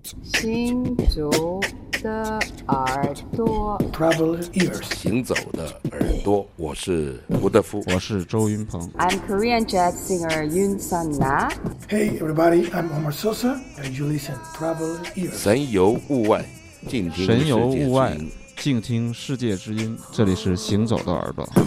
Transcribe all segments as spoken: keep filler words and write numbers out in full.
行走的耳朵 Travel ears， 行走的耳朵，我是吴德夫， 我是周云鹏。 I'm Korean jazz singer Yoon Sun Na. Hey everybody, I'm Omar Sosa, and you listen Travel ears。 神游物外，静听神游物外世界之音， 静听世界之音。这里是行走的耳朵。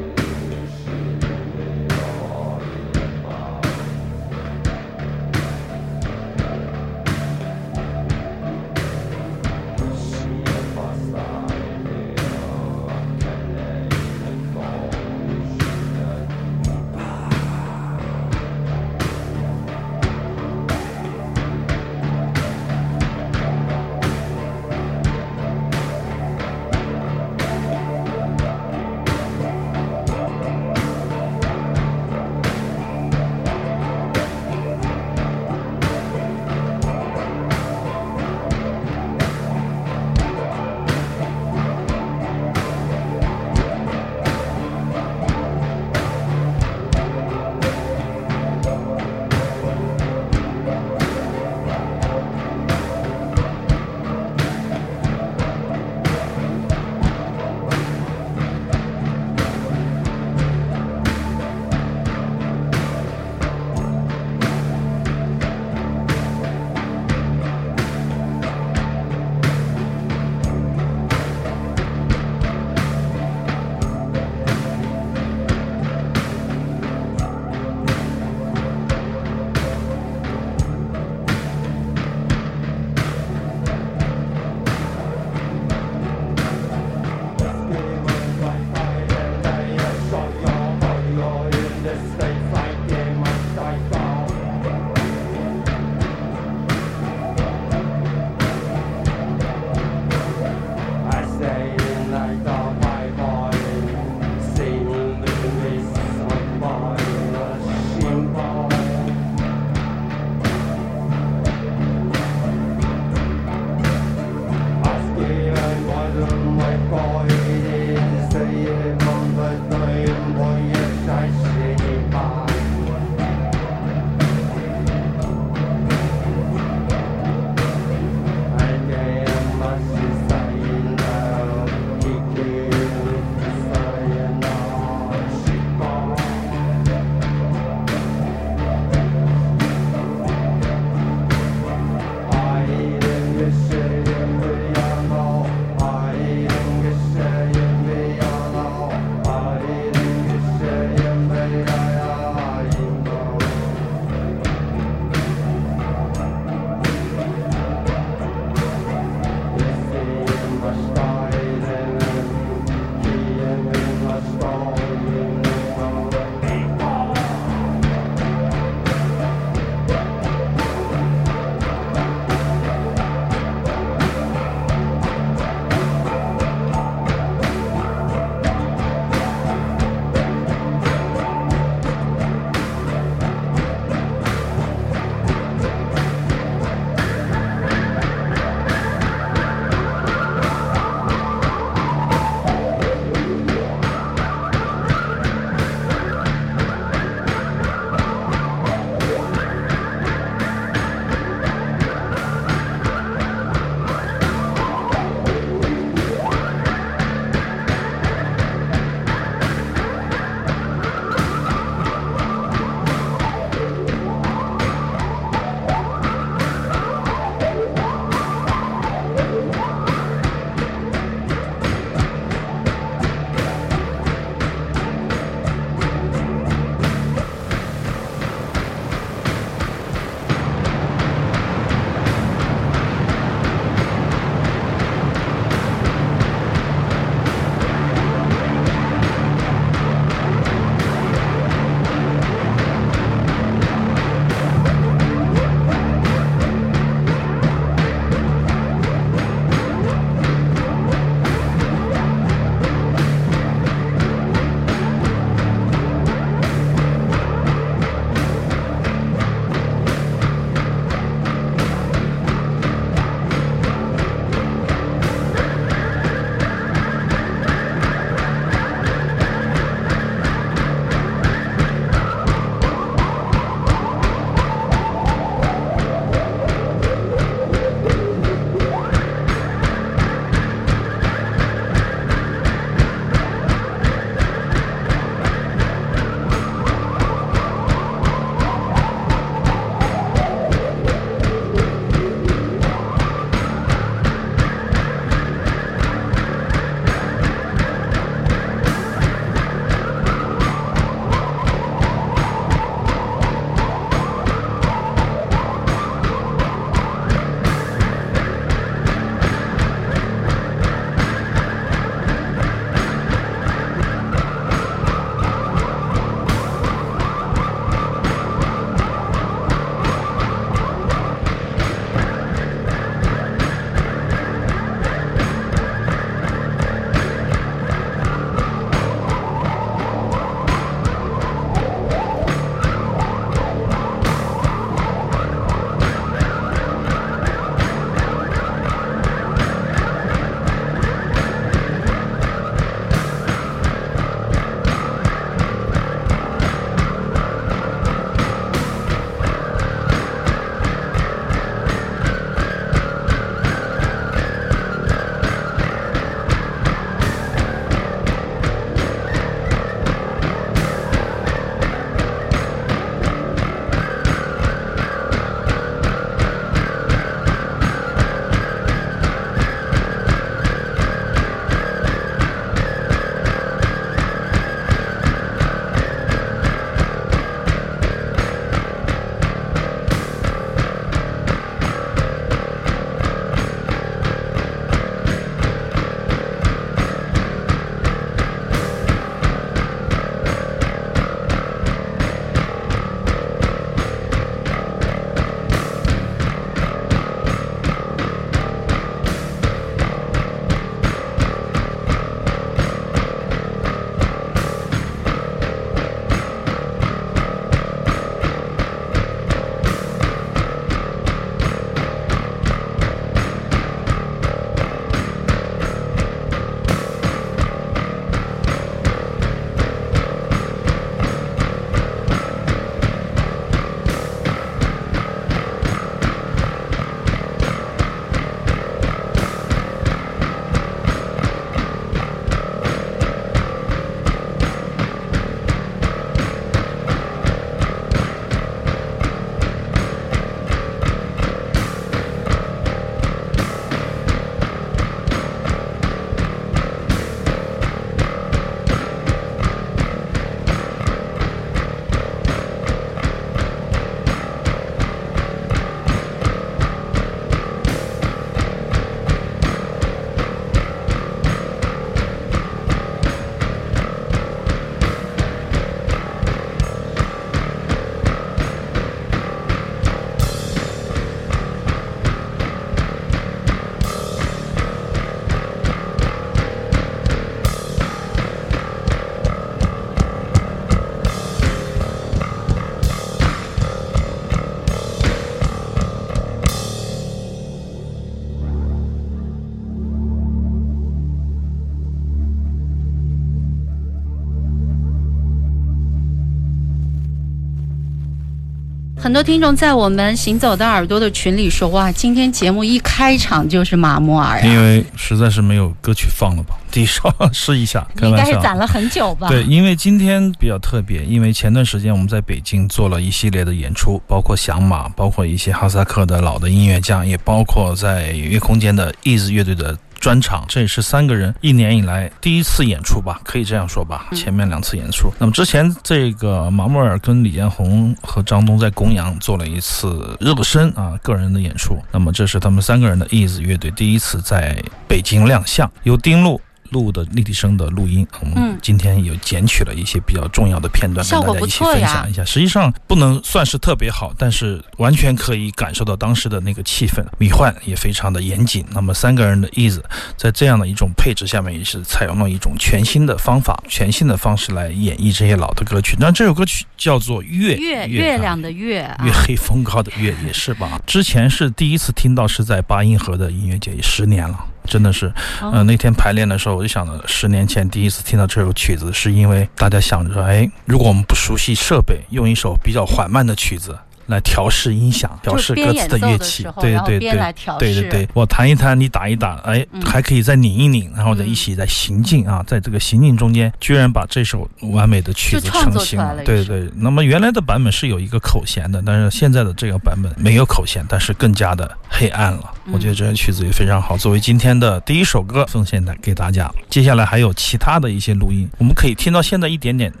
很多听众在我们行走的耳朵的群里说，哇，今天节目一开场就是马莫尔、啊、 因为实在是没有歌曲放了吧，第一首试一下， 应该是攒了很久吧。 对，因为今天比较特别，因为前段时间我们在北京做了一系列的演出，包括响马，包括一些哈萨克的老的音乐家，也包括在乐空间的 Ease 乐队的专场，这也是三个人一年以来第一次演出吧，可以这样说吧，前面两次演出、嗯、那么之前这个马莫尔跟李彦宏和张东在公阳做了一次热身啊个人的演出，那么这是他们三个人的 Ease 乐队第一次在北京亮相，由丁路录的立体声的录音，我们今天有剪取了一些比较重要的片段、嗯、跟大家一起分享一下。实际上不能算是特别好，但是完全可以感受到当时的那个气氛，米幻也非常的严谨。那么三个人的 Ease 在这样的一种配置下面，也是采用了一种全新的方法、全新的方式来演绎这些老的歌曲。那这首歌曲叫做月月月亮的月、啊、 月黑风高的月，也是吧？之前是第一次听到，是在八音盒的音乐节，十年了。真的是，呃，那天排练的时候，我就想了，十年前第一次听到这首曲子，是因为大家想着说，哎，如果我们不熟悉设备，用一首比较缓慢的曲子来调试音响，调试各自的乐器，对对对对对对，我弹一弹，你打一打，哎，嗯、还可以再拧一拧，然后再一起在行进啊，在这个行进中间，居然把这首完美的曲子成型了，对对。那么原来的版本是有一个口弦的，但是现在的这个版本没有口弦，但是更加的黑暗了。嗯、我觉得这首曲子也非常好，作为今天的第一首歌奉献给大家。接下来还有其他的一些录音，我们可以听到现在一点点。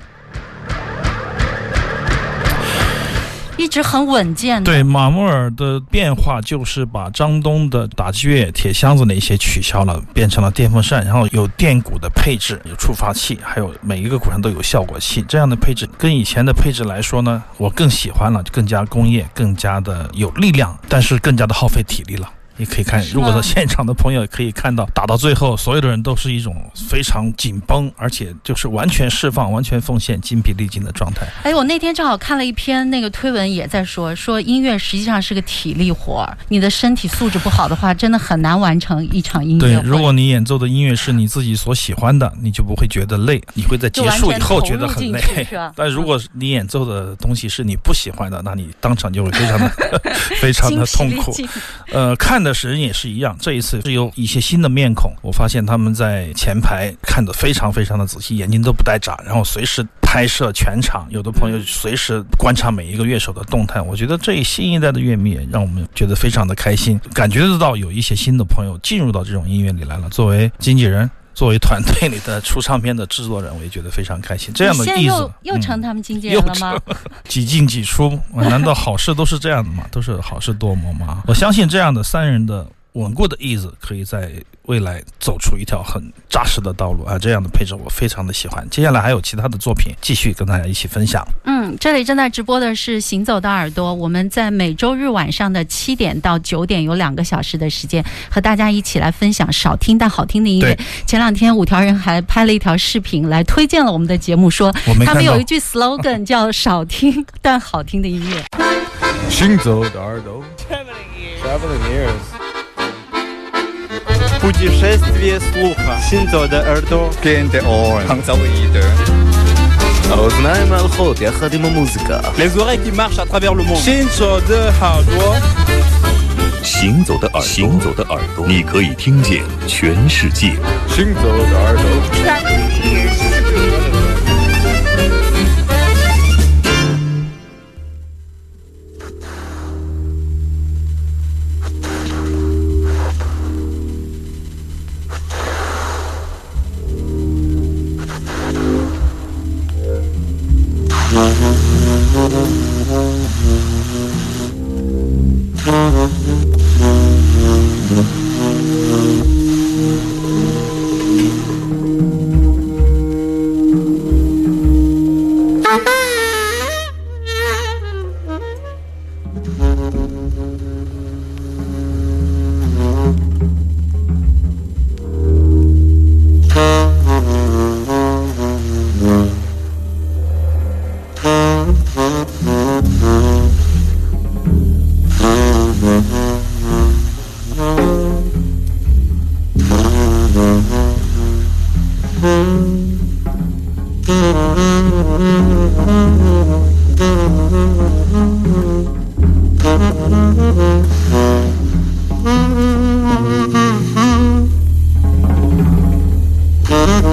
一直很稳健的。 对，马莫尔的变化就是把张东的打击乐、铁箱子那些取消了，变成了电风扇，然后有电鼓的配置，有触发器，还有每一个鼓上都有效果器。这样的配置跟以前的配置来说呢，我更喜欢了，更加工业，更加的有力量，但是更加的耗费体力了。也可以看，如果在现场的朋友也可以看到，打到最后所有的人都是一种非常紧绷，而且就是完全释放、完全奉献、筋疲力尽的状态。 哎，我那天正好看了一篇那个推文，也在说说音乐实际上是个体力活，你的身体素质不好的话，真的很难完成一场音乐会。 对，如果你演奏的音乐是你自己所喜欢的，你就不会觉得累，你会在结束以后觉得很累。但如果你演奏的东西是你不喜欢的，那你当场就会非常的非常的痛苦。呃，看的时人也是一样，这一次是有一些新的面孔，我发现他们在前排看得非常非常的仔细，眼睛都不带眨，然后随时拍摄全场，有的朋友随时观察每一个乐手的动态。我觉得这新一代的乐迷让我们觉得非常的开心，感觉得到有一些新的朋友进入到这种音乐里来了。作为经纪人，作为团队里的出唱片的制作人，我也觉得非常开心。这样的意思又又成他们经纪人了吗？ 嗯、几进几出，难道好事都是这样的吗？都是好事多磨吗？我相信这样的三人的稳固的意思可以在未来走出一条很扎实的道路啊！这样的配置我非常的喜欢。接下来还有其他的作品继续跟大家一起分享。 嗯，这里正在直播的是行走的耳朵，我们在每周日晚上的七点到九点有两个小时的时间，和大家一起来分享少听但好听的音乐。前两天五条人还拍了一条视频来推荐了我们的节目，说他们有一句 slogan 叫少听但好听的音乐。 行走的耳朵 Traveling ears。Путешествие слуха. Синзо де Эрдо. Кенте Орен. Хангзалиде. האוזניים הלכות יחד עם המוזיקה. Les oreilles qui marchent à travers le monde. Shinzo de Hardo. 行走的耳朵，行走的耳朵，你可以听见全世界。 行走的耳朵。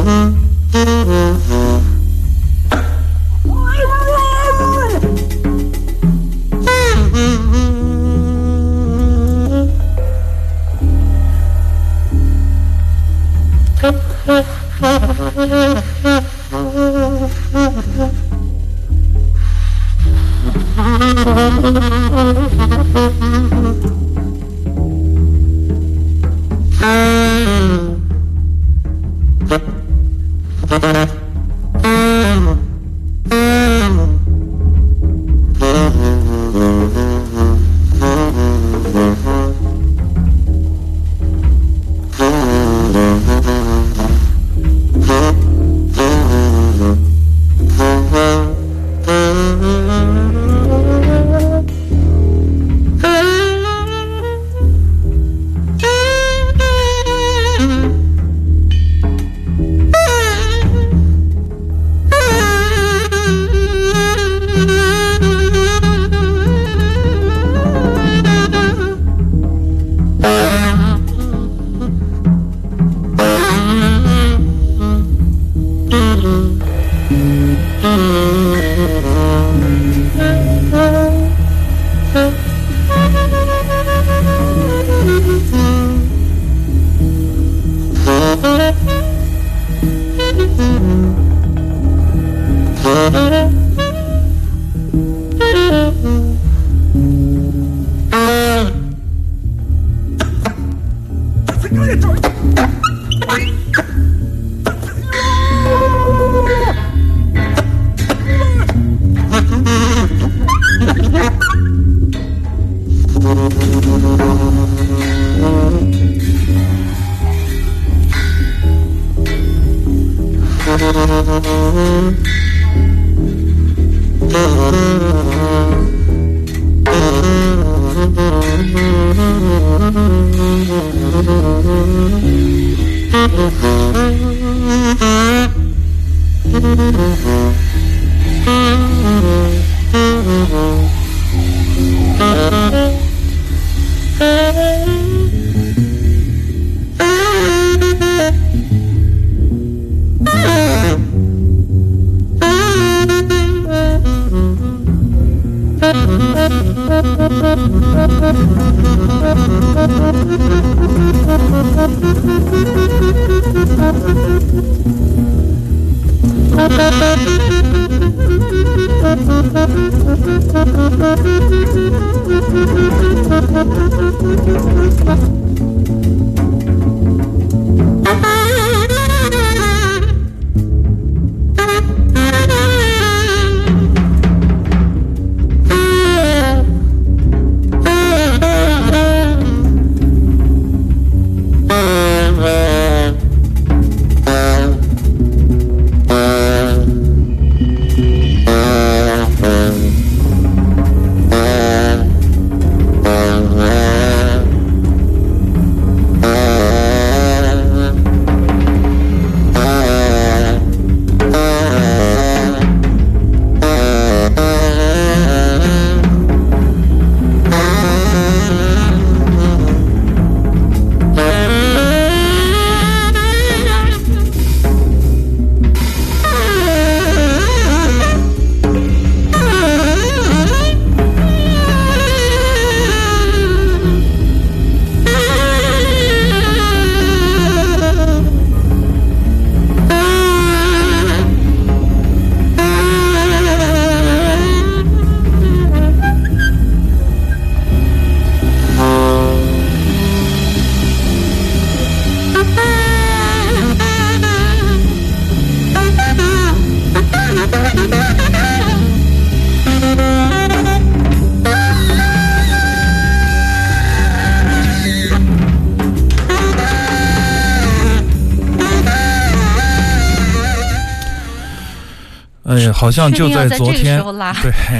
哎呀，好像就在昨天，对，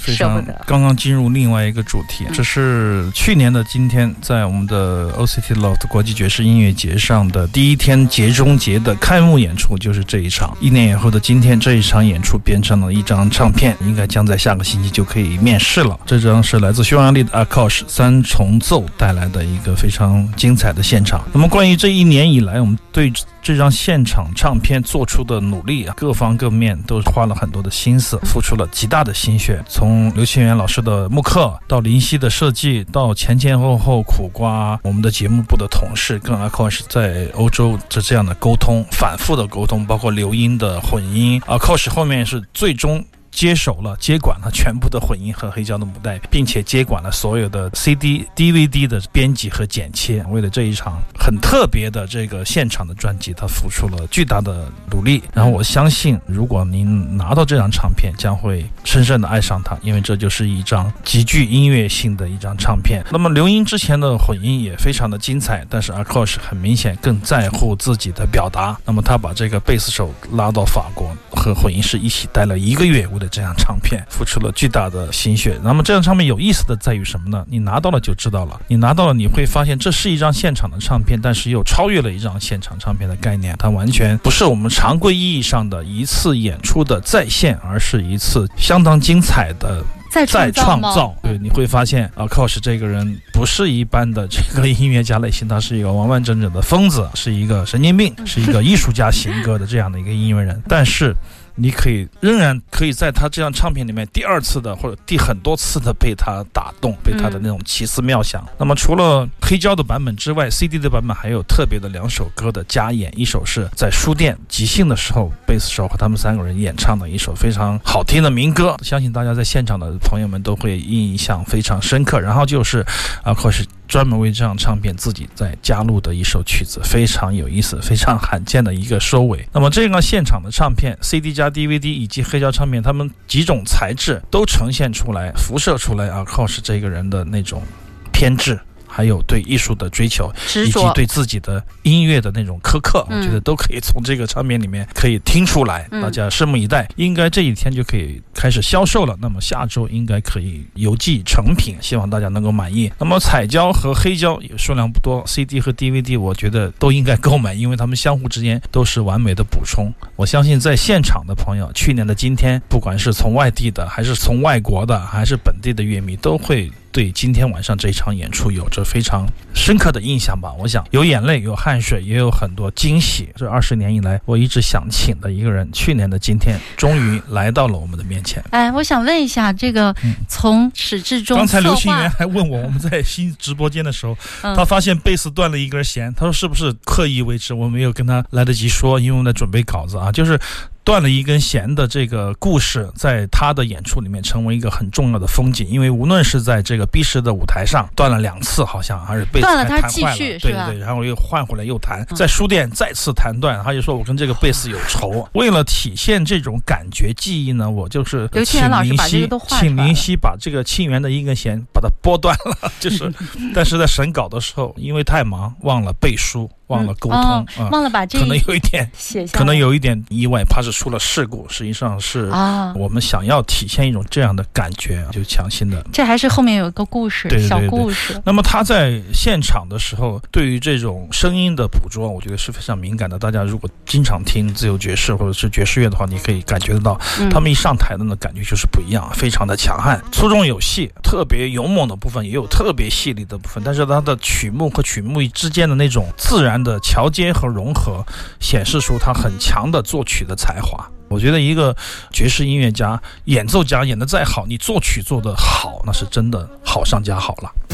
非常刚刚进入另外一个主题，这是去年的今天在我们的 O C T Loft 国际爵士音乐节上的第一天节中节的开幕演出，就是这一场。一年以后的今天，这一场演出变成了一张唱片，应该将在下个星期就可以面世了。这张是来自匈牙利的 Ákos 三重奏带来的一个非常精彩的现场。那么关于这一年以来我们对这张现场唱片做出的努力啊，各方各面都花了很多的心思，付出了极大的心血。从刘庆元老师的木刻，到林夕的设计，到前前后后苦瓜我们的节目部的同事跟 Ákos 在欧洲这这样的沟通，反复的沟通，包括留音的混音。Ákos 后面是最终接手了接管了全部的混音和黑胶的母带，并且接管了所有的 C D、D V D 的编辑和剪切。为了这一场很特别的这个现场的专辑，他付出了巨大的努力。然后我相信，如果您拿到这张唱片，将会深深的爱上它，因为这就是一张极具音乐性的一张唱片。那么刘英之前的混音也非常的精彩，但是 Ákos 很明显更在乎自己的表达。那么他把这个贝斯手拉到法国，和混音师一起待了一个月，为了这张唱片付出了巨大的心血。那么这张唱片有意思的在于什么呢？你拿到了就知道了，你拿到了你会发现这是一张现场的唱片，但是又超越了一张现场唱片的概念。它完全不是我们常规意义上的一次演出的再现，而是一次相当精彩的再创造。对，你会发现啊 Ákos 这个人不是一般的这个音乐家类型，他是一个完完整整的疯子，是一个神经病，是一个艺术家型格的这样的一个音乐人。但是你可以仍然可以在他这张唱片里面第二次的或者第很多次的被他打动，被他的那种奇思妙想。那么除了黑胶的版本之外， C D 的版本还有特别的两首歌的加演，一首是在书店即兴的时候贝斯手和他们三个人演唱的一首非常好听的民歌，相信大家在现场的朋友们都会印象非常深刻。然后就是Ákos专门为这张唱片自己在加入的一首曲子，非常有意思，非常罕见的一个收尾。那么这个现场的唱片 C D 加 D V D 以及黑胶唱片，他们几种材质都呈现出来，辐射出来Ákos这个人的那种偏执，还有对艺术的追求，以及对自己的音乐的那种苛刻，我觉得都可以从这个唱片里面可以听出来。大家拭目以待，应该这几天就可以开始销售了，那么下周应该可以邮寄成品，希望大家能够满意。那么彩胶和黑胶也数量不多， C D 和 D V D 我觉得都应该购买，因为他们相互之间都是完美的补充。我相信在现场的朋友，去年的今天，不管是从外地的还是从外国的还是本地的乐迷，都会对今天晚上这场演出有着非常深刻的印象吧。我想有眼泪，有汗水，也有很多惊喜。这二十年以来我一直想请的一个人，去年的今天终于来到了我们的面前。 哎，我想问一下，这个从始至终、嗯、 刚才刘庆元还问我，我们在新直播间的时候、嗯、他发现贝斯断了一根弦，他说是不是刻意为之，我没有跟他来得及说，因为我们在准备稿子啊，就是断了一根弦的这个故事在他的演出里面成为一个很重要的风景。因为无论是在这个 B 十的舞台上断了两次，好像还是贝斯弹坏了， 断了他继续， 对对对，然后又换回来又弹、嗯、在书店再次弹断，他就说我跟这个贝斯有仇。为了体现这种感觉记忆呢，我就是刘庆元老师把这个都换出来了， 请林夕把这个庆元的一根弦把它拨断了，就是但是在审稿的时候因为太忙忘了背书，忘了沟通、嗯哦、忘了把这可能有一点写下， 可能有一点意外，怕是出了事故。实际上是我们想要体现一种这样的感觉，就强行的。 这还是后面有一个故事， 对对对对， 小故事。 那么他在现场的时候，对于这种声音的捕捉，我觉得是非常敏感的。大家如果经常听自由爵士或者是爵士乐的话，你可以感觉得到，嗯、他们一上台的那感觉就是不一样，非常的强悍，粗重有细，特别勇猛的部分也有特别细腻的部分，但是他的曲目和曲目之间的那种自然的桥接和融合，显示出他很强的作曲的才华。我觉得一个爵士音乐家、演奏家演得再好，你作曲做得好，那是真的好上加好了。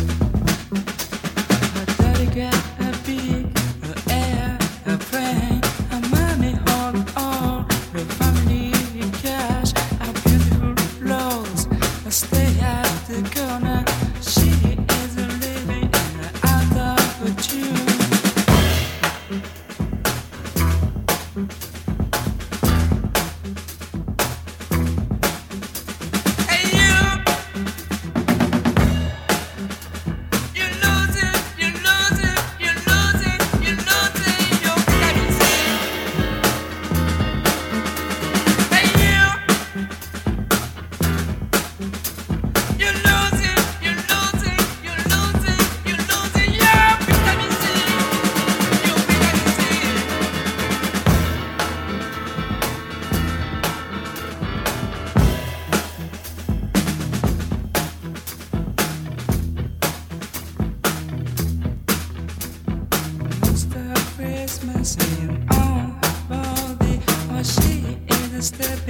step